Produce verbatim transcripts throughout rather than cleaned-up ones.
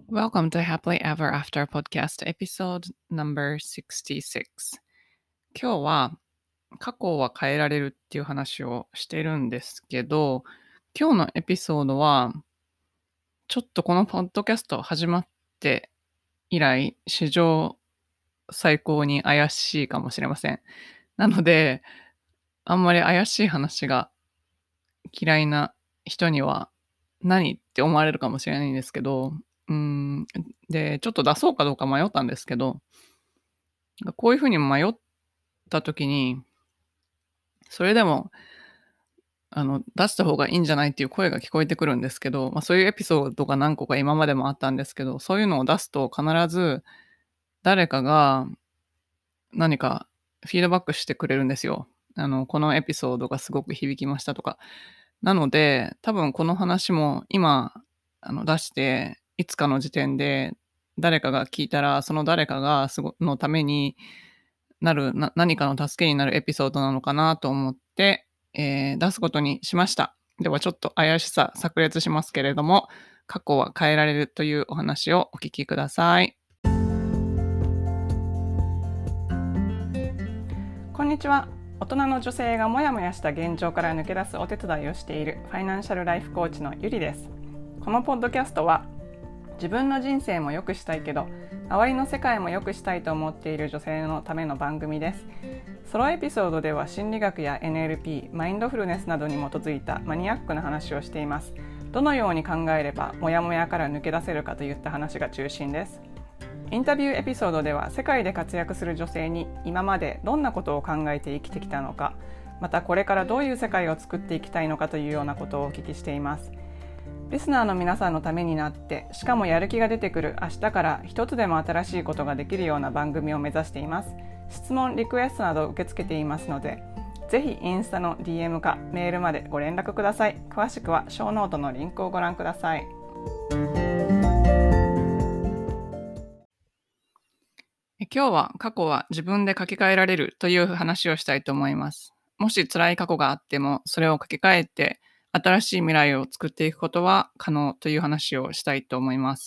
Welcome to Happily Ever After Podcast Episode Number シックスティーシックス。今日は過去は変えられるっていう話をしてるんですけど、今日のエピソードはちょっとこのポッドキャスト始まって以来史上最高に怪しいかもしれません。なので、あんまり怪しい話が嫌いな人には何って思われるかもしれないんですけど、うーん、で、ちょっと出そうかどうか迷ったんですけど、こういうふうに迷った時に、それでも、あの、出した方がいいんじゃないっていう声が聞こえてくるんですけど、まあ、そういうエピソードが何個か今までもあったんですけど、そういうのを出すと必ず誰かが何かフィードバックしてくれるんですよ。あの、このエピソードがすごく響きましたとか。なので、多分この話も今、あの、出して、いつかの時点で誰かが聞いたら、その誰かがすごのためになる、な何かの助けになるエピソードなのかなと思って、えー出すことにしました。ではちょっと怪しさ炸裂しますけれども、過去は変えられるというお話をお聞きください。こんにちは。大人の女性がモヤモヤした現状から抜け出すお手伝いをしているファイナンシャルライフコーチのゆりです。このポッドキャストは自分の人生も良くしたいけど周りの世界も良くしたいと思っている女性のための番組です。ソロエピソードでは心理学や エヌエルピー、マインドフルネスなどに基づいたマニアックな話をしています。どのように考えればモヤモヤから抜け出せるかといった話が中心です。インタビューエピソードでは世界で活躍する女性に今までどんなことを考えて生きてきたのか、またこれからどういう世界を作っていきたいのかというようなことをお聞きしています。リスナーの皆さんのためになって、しかもやる気が出てくる明日から一つでも新しいことができるような番組を目指しています。質問、リクエストなど受け付けていますので、ぜひインスタの ディーエム かメールまでご連絡ください。詳しくはショーノートのリンクをご覧ください。今日は過去は自分で書き換えられるという話をしたいと思います。もし辛い過去があっても、それを書き換えて新しい未来を作っていくことは可能という話をしたいと思います。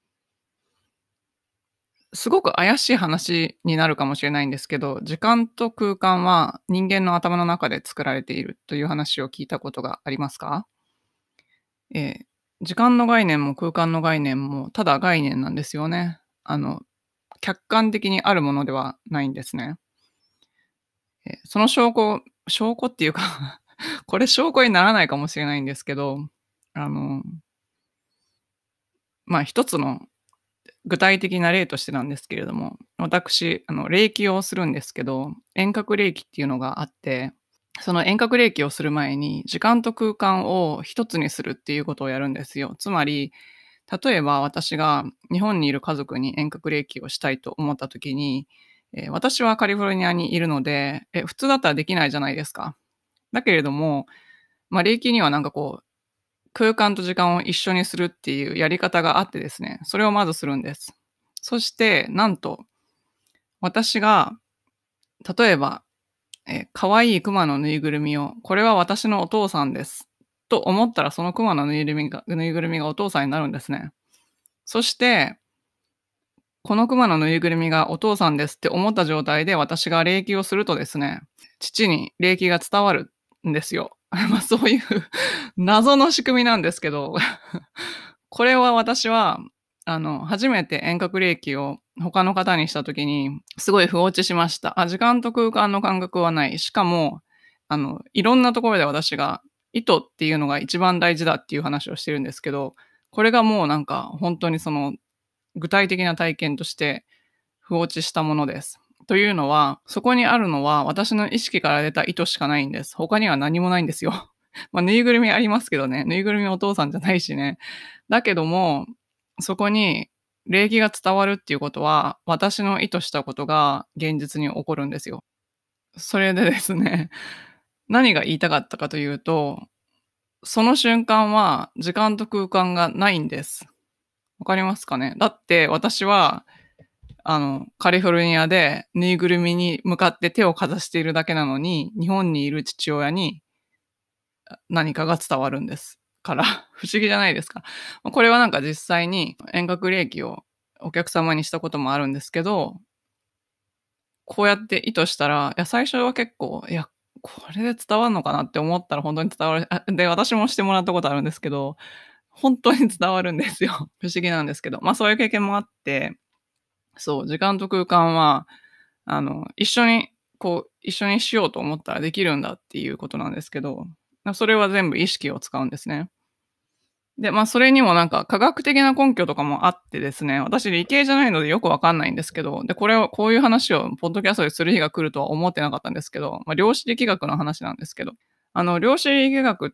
すごく怪しい話になるかもしれないんですけど、時間と空間は人間の頭の中で作られているという話を聞いたことがありますか？えー時間の概念も空間の概念もただ概念なんですよね。あの、客観的にあるものではないんですね。えーその証拠証拠っていうかこれ証拠にならないかもしれないんですけど、あの、まあ、一つの具体的な例としてなんですけれども、私、あの、霊気をするんですけど、遠隔霊気っていうのがあって、その遠隔霊気をする前に、時間と空間を一つにするっていうことをやるんですよ。つまり、例えば私が日本にいる家族に遠隔霊気をしたいと思った時に、えー私はカリフォルニアにいるので、え、普通だったらできないじゃないですか。だけれども、まあ、霊気にはなんかこう、空間と時間を一緒にするっていうやり方があってですね、それをまずするんです。そして、なんと、私が、例えば、え、可愛い熊のぬいぐるみを、これは私のお父さんです。と思ったら、その熊のぬいぐるみがぬいぐるみがお父さんになるんですね。そして、この熊のぬいぐるみがお父さんですって思った状態で私が霊気をするとですね、父に霊気が伝わるんですよ。まあ、そういう謎の仕組みなんですけど、これは私は、あの、初めて遠隔霊気を他の方にしたときに、すごい不落ちしました。あ、時間と空間の感覚はない。しかも、あの、いろんなところで私が、意図っていうのが一番大事だっていう話をしてるんですけど、これがもうなんか、本当にその、具体的な体験として不落ちしたものです。というのは、そこにあるのは私の意識から出た意図しかないんです。他には何もないんですよ。まあ、ぬいぐるみありますけどね。ぬいぐるみお父さんじゃないしね。だけども、そこに礼儀が伝わるっていうことは、私の意図したことが現実に起こるんですよ。それでですね、何が言いたかったかというと、その瞬間は時間と空間がないんです。わかりますかね？だって私は、あの、カリフォルニアでぬいぐるみに向かって手をかざしているだけなのに、日本にいる父親に何かが伝わるんです。 から、不思議じゃないですか。ま、これはなんか実際に遠隔霊気をお客様にしたこともあるんですけど、こうやって意図したら、いや、最初は結構、いや、これで伝わんのかなって思ったらほんとに伝わるあ、で、私もしてもらったことあるんですけど、ほんとに伝わるんですよ。不思議なんですけど。ま、そういう経験もあって、そう、時間と空間は、あの、一緒にこう、一緒にしようと思ったらできるんだっていうことなんですけど、ま、それは全部意識を使うんですね。で、ま、それにもなんか科学的な根拠とかもあってですね、私理系じゃないのでよくわかんないんですけど、で、これをこういう話をポッドキャストでする日が来るとは思ってなかったんですけど、ま、量子力学の話なんですけど、あの、量子力学って、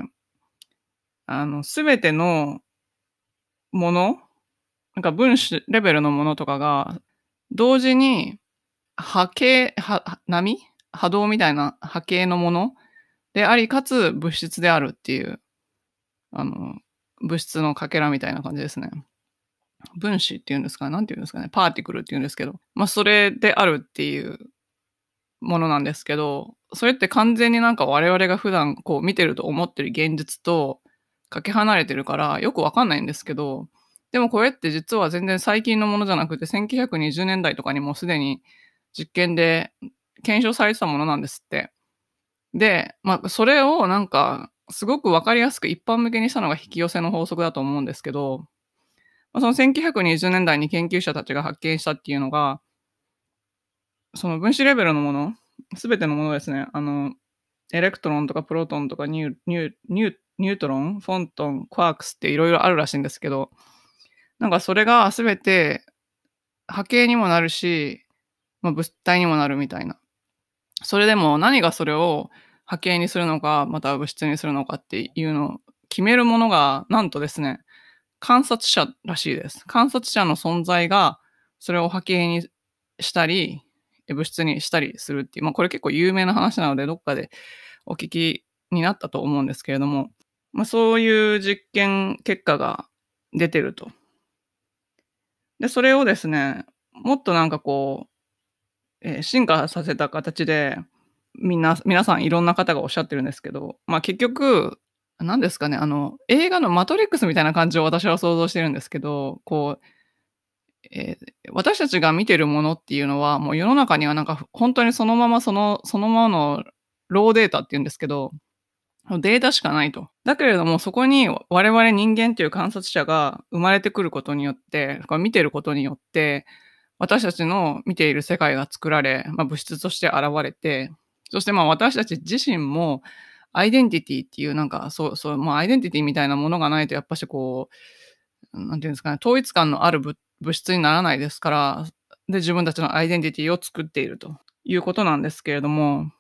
あの、全てのもの、なんか分子レベルのものとかが、同時に波形はは波？波動みたいな波形のものであり、かつ物質であるっていう、あの、物質のかけらみたいな感じですね。分子っていうんですか、なんて言うんですかね、パーティクルって言うんですけど、ま、それであるっていうものなんですけど、それって完全になんか我々が普段こう見てると思ってる現実とかけ離れてるから、よくわかんないんですけど、でもこれって実は全然最近のものじゃなくて、せんきゅうひゃくにじゅうねんだいとかにもうすでに実験で検証されてたものなんですって。で、ま、それをなんか、すごく分かりやすく一般向けにしたのが引き寄せの法則だと思うんですけど、ま、そのせんきゅうひゃくにじゅうねんだいに研究者たちが発見したっていうのが、その分子レベルのもの、全てのものですね。あの、エレクトロンとかプロトンとかニューニューニューニュートロン、フォントン、クワークスって色々あるらしいんですけど、なんかそれが全て波形にもなるし、ま、物体にもなるみたいな。それでも何がそれを波形にするのか、または物質にするのかっていうのを決めるものが、なんとですね、観察者らしいです。観察者の存在が、それを波形にしたり、え、物質にしたりするっていう、ま、これ結構有名な話なので、どっかでお聞きになったと思うんですけれども、ま、そういう実験結果が出てると。で、それをですね、もっとなんかこう、え、進化させた形で、みんな皆さんいろんな方がおっしゃってるんですけど、ま、結局、なんですかね、あの、映画のマトリックスみたいな感じを私は想像してるんですけど、こう、ええ、私たちが見てるものっていうのは、もう世の中にはなんか、ふほんとにそのままそのそのままのローデータっていうんですけど、データしかないと。だけれども、そこに我々人間っていう観察者が生まれてくることによって、これ見てることによって、私たちの見ている世界が作られ、ま、物質として現れて、そして、ま、私たち自身もアイデンティティっていうなんか、そうそう、ま、アイデンティティみたいなものがないとやっぱしこう、なんていうんですかね、統一感のあるぶ物質にならないですから、で、自分たちのアイデンティティを作っているということなんですけれども、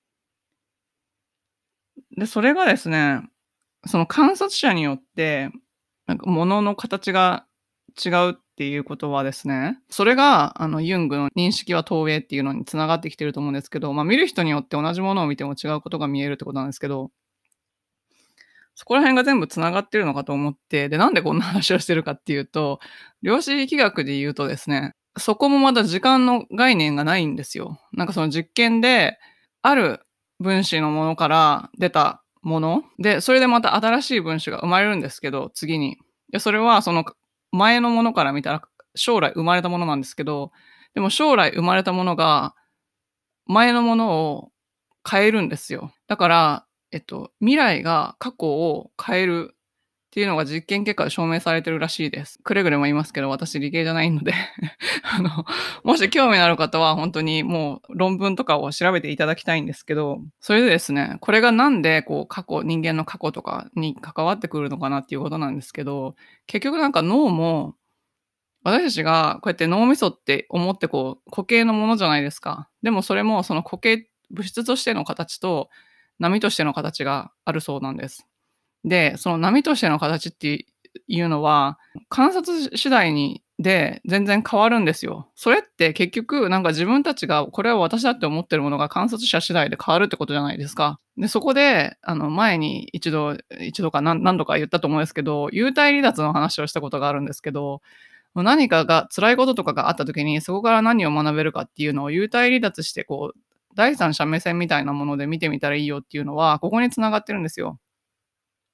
で、それがですね、その観察者によって、なんか物の形が違うっていうことはですね、それがあのユングの認識は投影っていうのに繋がってきてると思うんですけど、ま、見る人によって同じものを見ても違うことが見えるってことなんですけど、そこら辺が全部繋がってるのかと思って、で、なんでこんな話をしてるかっていうと、量子力学で言うとですね、そこもまた時間の概念がないんですよ。なんかその実験で、ある分子のものから出たもので、それでまた新しい分子が生まれるんですけど、次に。で、それはその前のものから見たら、将来生まれたものなんですけど、でも将来生まれたものが、前のものを変えるんですよ。だから、えっと、未来が過去を変えるっていうのが実験結果で証明されてるらしいです。くれぐれも言いますけど、私理系じゃないのであの、もし興味のある方は本当にもう論文とかを調べていただきたいんですけど、それでですね、これがなんでこう過去人間の過去とかに関わってくるのかなっていうことなんですけど、結局なんか脳も、私たちがこうやって脳みそって思ってこう固形のものじゃないですか。でもそれもその固形物質としての形と波としての形があるそうなんです。で、その波としての形っていうのは、観察次第にで全然変わるんですよ。それって結局なんか自分たちがこれは私だって思ってるものが観察者次第で変わるってことじゃないですか。で、そこで、あの前に一度一度か何何度か言ったと思うんですけど、幽体離脱の話をしたことがあるんですけど、何かが辛いこととかがあった時に、そこから何を学べるかっていうのを幽体離脱してこう、第三者目線みたいなもので見てみたらいいよっていうのは、ここに繋がってるんですよ。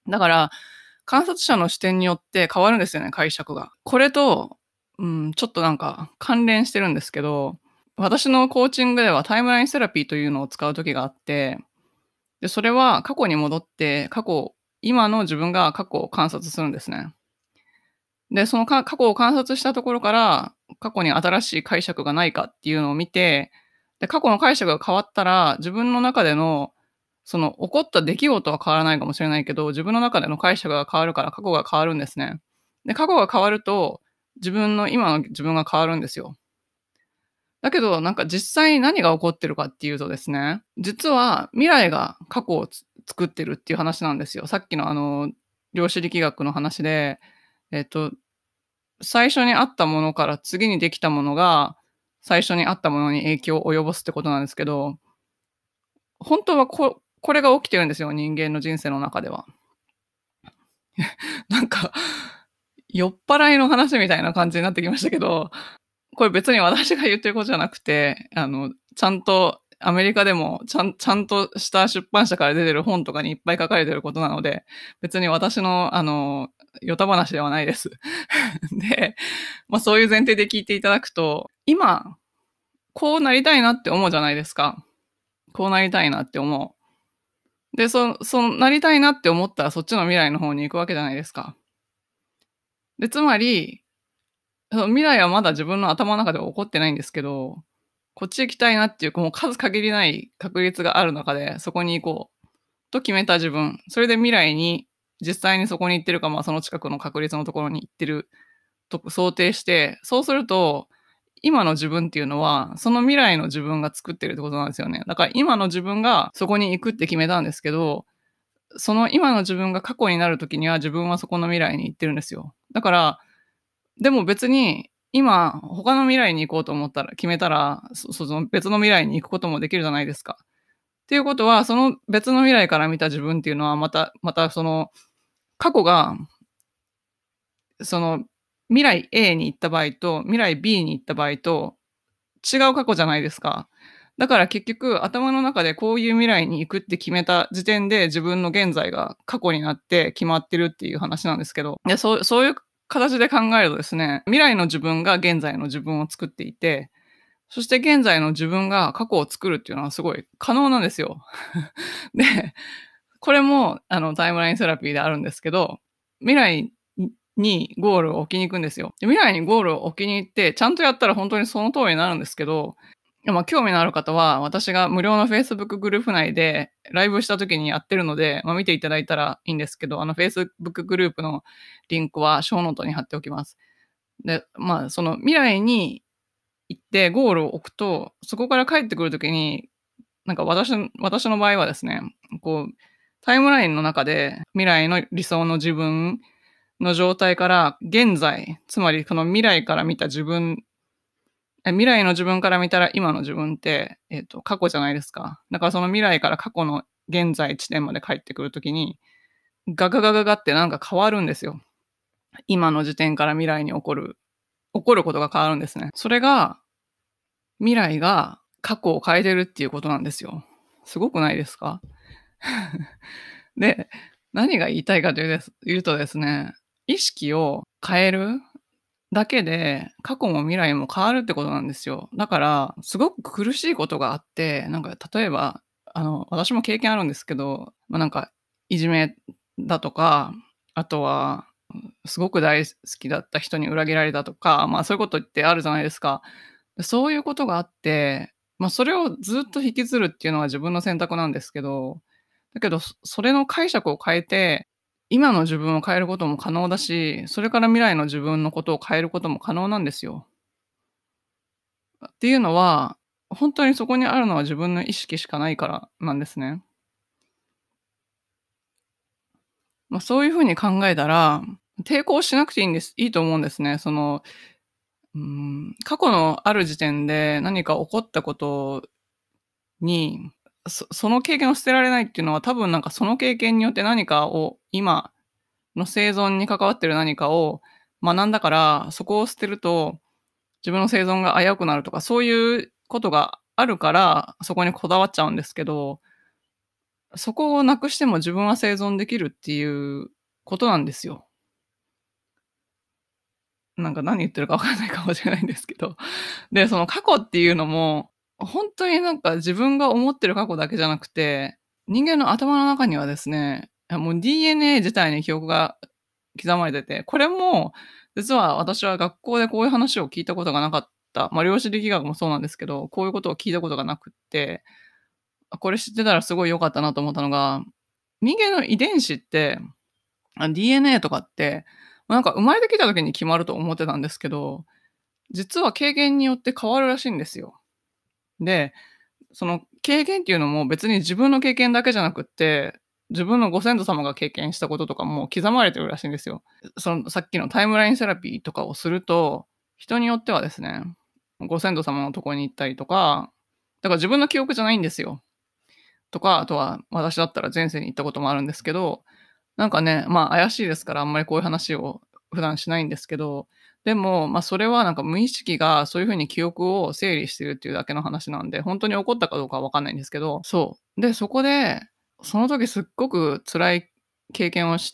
だから、観察者の視点によって変わるんですよね、解釈が。これと、うん、ちょっとなんか関連してるんですけど、私のコーチングではタイムラインセラピーというのを使う時があって、で、それは過去に戻って、過去今の自分が過去を観察するんですね。で、そのか過去を観察したところから、過去に新しい解釈がないかっていうのを見て、で、過去の解釈が変わったら、自分の中での、その起こった出来事は変わらないかもしれないけど、自分の中での解釈が変わるから過去が変わるんですね。で、過去が変わると、自分の今の自分が変わるんですよ。だけど、なんか実際に何が起こってるかっていうとですね、実は未来が過去をつ作ってるっていう話なんですよ。さっきのあの、量子力学の話で、えっと、最初にあったものから次にできたものが、最初にあったものに影響を及ぼすってことなんですけど、本当はここれが起きてるんですよ、人間の人生の中では。なんか、酔っ払いの話みたいな感じになってきましたけど、これ別に私が言ってることじゃなくて、あの、ちゃんとアメリカでもちゃんちゃんとした出版社から出てる本とかにいっぱい書かれてることなので、別に私のあの、よた話ではないです。で、ま、そういう前提で聞いていただくと、今、こうなりたいなって思うじゃないですか。こうなりたいなって思う。で、そそのなりたいなって思ったらそっちの未来の方に行くわけじゃないですか。で、つまり、その未来はまだ自分の頭の中では起こってないんですけど、こっち行きたいなっていう、もう数限りない確率がある中で、そこに行こうと決めた自分。それで未来に、実際にそこに行ってるか、まあその近くの確率のところに行ってると想定して、そうすると、今の自分っていうのは、その未来の自分が作ってるってことなんですよね。だから今の自分がそこに行くって決めたんですけど、その今の自分が過去になるときには自分はそこの未来に行ってるんですよ。だから、でも別に、今、他の未来に行こうと思ったら、決めたら、そその別の未来に行くこともできるじゃないですか。っていうことは、その別の未来から見た自分っていうのは、また、またその、過去が、その、未来 A に行った場合と、未来 B に行った場合と、違う過去じゃないですか。だから結局、頭の中でこういう未来に行くって決めた時点で、自分の現在が過去になって決まってるっていう話なんですけど、いや、そうそういう形で考えるとですね、未来の自分が現在の自分を作っていて、そして現在の自分が過去を作るっていうのはすごい可能なんですよ。で、これもあのタイムラインセラピーであるんですけど、未来にゴールを置きに行くんですよ。で、未来にゴールを置きに行って、ちゃんとやったら本当にその通りになるんですけど、まあ、興味のある方は、私が無料の Facebook グループ内でライブした時にやってるので、まあ、見ていただいたらいいんですけど、あの Facebook グループのリンクはショーノートに貼っておきます。で、まあ、その未来に行ってゴールを置くと、そこから帰ってくる時に、なんか私の私の場合はですね、こう、タイムラインの中で未来の理想の自分の状態から現在、つまりこの未来から見た自分、え未来の自分から見たら今の自分って、えっと、過去じゃないですか。だからその未来から過去の現在地点まで帰ってくるときに、ガガガガガってなんか変わるんですよ。今の時点から未来に起こる、起こることが変わるんですね。それが、未来が過去を変えてるっていうことなんですよ。すごくないですか？で、何が言いたいかというです言うとですね、意識を変えるだけで、過去も未来も変わるってことなんですよ。だから、すごく苦しいことがあって、なんか例えば、あの、私も経験あるんですけど、ま、なんか、いじめだとか、あとは、すごく大好きだった人に裏切られたとか、まあ、そういうことってあるじゃないですか。そういうことがあって、ま、それをずっと引きずるっていうのは自分の選択なんですけど、だけど、そそれの解釈を変えて、今の自分を変えることも可能だし、それから未来の自分のことを変えることも可能なんですよ。っていうのは、ほんとにそこにあるのは自分の意識しかないからなんですね。ま、そういう風に考えたら、抵抗しなくていいんですいいと思うんですね。その、うーん、過去のある時点で何か起こったことに、そその経験を捨てられないっていうのは、多分なんかその経験によって何かを今の生存に関わってる何かを学んだから、そこを捨てると、自分の生存が危うくなるとか、そういうことがあるから、そこにこだわっちゃうんですけど、 そこをなくしても自分は生存できるっていうことなんですよ。なんか何言ってるかわかんないかもしれないんですけど。で、その過去っていうのも、ほんとになんか自分が思ってる過去だけじゃなくて、人間の頭の中にはですね、あ、もう ディーエヌエー 自体に記憶が刻まれてて、これも実は私は学校でこういう話を聞いたことがなかった。ま、量子力学もそうなんですけど、こういうことを聞いたことがなくって、あ、これ知ってたらすごい良かったなと思ったのが、人間の遺伝子って、あ、ディーエヌエー とかって、ま、なんか生まれてきた時に決まると思ってたんですけど、実は経験によって変わるらしいんですよ。で、その経験っていうのも別に自分の経験だけじゃなくって、自分のご先祖様が経験したこととかも刻まれてるらしいんですよ。そのさっきのタイムラインセラピーとかをすると、人によってはですね、ご先祖様のところに行ったりとか、だから自分の記憶じゃないんですよ。とか、あとは私だったら前世に行ったこともあるんですけど、なんかね、まあ怪しいですからあんまりこういう話を普段しないんですけど、でも、ま、それはなんか無意識がそういう風に記憶を整理してるっていうだけの話なんで、ほんとに起こったかどうかはわかんないんですけど、そう。で、そこで、その時すっごく辛い経験をして、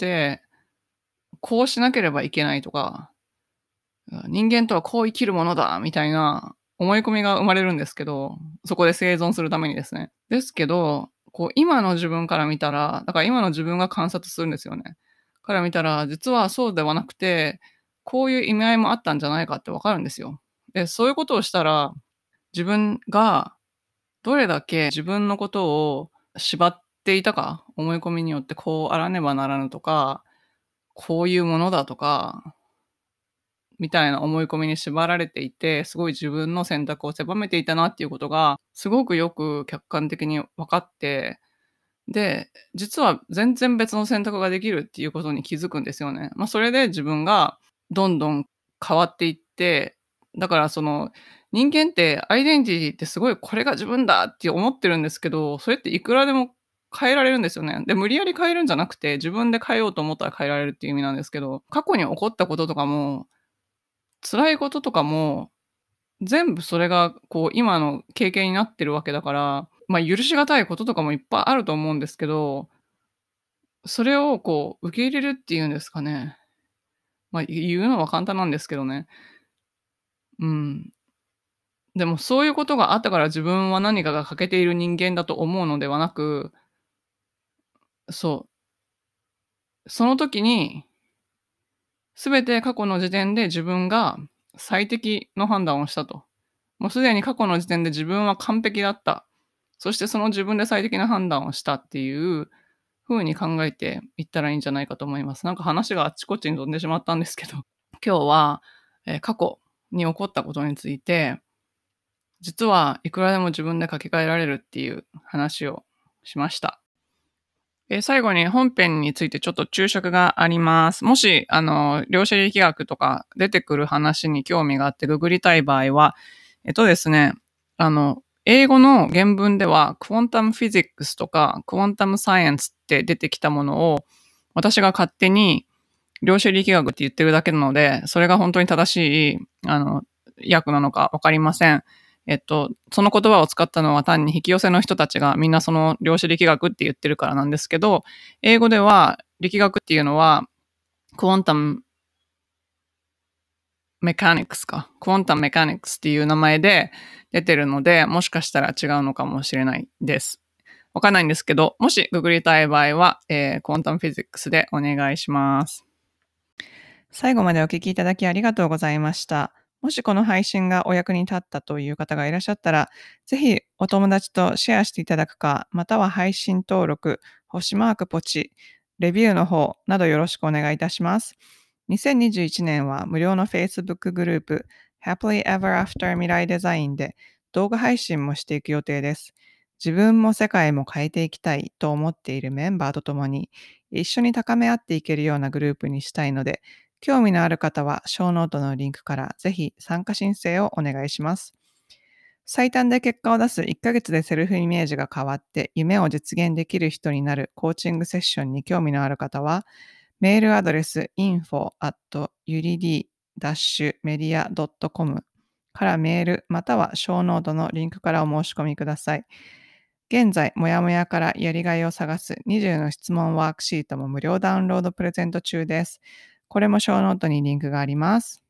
こうしなければいけないとか、あ、人間とはこう生きるものだみたいな思い込みが生まれるんですけど、そこで生存するためにですね。ですけど、こう今の自分から見たら、だから今の自分が観察するんですよね。から見たら、実はそうではなくて、こういう意味合いもあったんじゃないかってわかるんですよ。で、そういうことをしたら、自分がどれだけ自分のことを縛っていたか、思い込みによってこうあらねばならぬとか、こういうものだとかみたいな思い込みに縛られていて、すごい自分の選択を狭めていたなっていうことが、すごくよく客観的に分かって、で、実は全然別の選択ができるっていうことに気づくんですよね。ま、それで自分がどんどん変わっていって、だからその、人間ってアイデンティティってすごいこれが自分だって思ってるんですけど、それっていくらでも変えられるんですよね。で、無理やり変えるんじゃなくて、自分で変えようと思ったら変えられるっていう意味なんですけど、過去に起こったこととかも辛いこととかも、全部それがこう今の経験になってるわけだから、ま、許しがたいこととかもいっぱいあると思うんですけど、それをこう受け入れるっていうんですかね。ま、言うのは簡単なんですけどね。うん。でもそういうことがあったから自分は何かが欠けている人間だと思うのではなく、そう、その時に全て過去の時点で自分が最適の判断をしたと。もうすでに過去の時点で自分は完璧だった。そしてその自分で最適な判断をしたっていう風に考えていったらいいんじゃないかと思います。なんか話があっちこっちに飛んでしまったんですけど、今日は、え、過去に起こったことについて、実はいくらでも自分で書き換えられるっていう話をしました。え、最後に本編についてちょっと注釈があります。もし、あの、量子力学とか出てくる話に興味があってググりたい場合は、えっとですね、あの、英語の原文では、クォンタムフィジックスとか、クォンタムサイエンスって出てきたものを、私が勝手に量子力学って言ってるだけなので、それが本当に正しい、あの、訳なのかわかりません。えっと、その言葉を使ったのは単に引き寄せの人たちがみんなその量子力学って言ってるからなんですけど、英語では力学っていうのは、クォンタムメカニクスか。クォンタムメカニクスっていう名前で出てるので、もしかしたら違うのかもしれないです。わかんないんですけど、もしググりたい場合は、えー、クォンタムフィジックスでお願いします。最後までお聞きいただきありがとうございました。もしこの配信がお役に立ったという方がいらっしゃったら、ぜひお友達とシェアしていただくか、または配信登録、星マークポチ、レビューの方などよろしくお願いいたします。にせんにじゅういちねんは無料の Facebook グループ Happily Ever After 未来デザインで動画配信もしていく予定です。自分も世界も変えていきたいと思っているメンバーと共に一緒に高め合っていけるようなグループにしたいので、興味のある方は、ショーノートのリンクからぜひ参加申請をお願いします。最短で結果を出すいっかげつでセルフイメージが変わって夢を実現できる人になるコーチングセッションに興味のある方は、メールアドレス インフォ アット ユリディ メディア ドット コム からメールまたはショーノートのリンクからお申し込みください。 現在、もやもやからやりがいを探すにじゅうの質問ワークシートも無料ダウンロードプレゼント中です。これもショーノートにリンクがあります。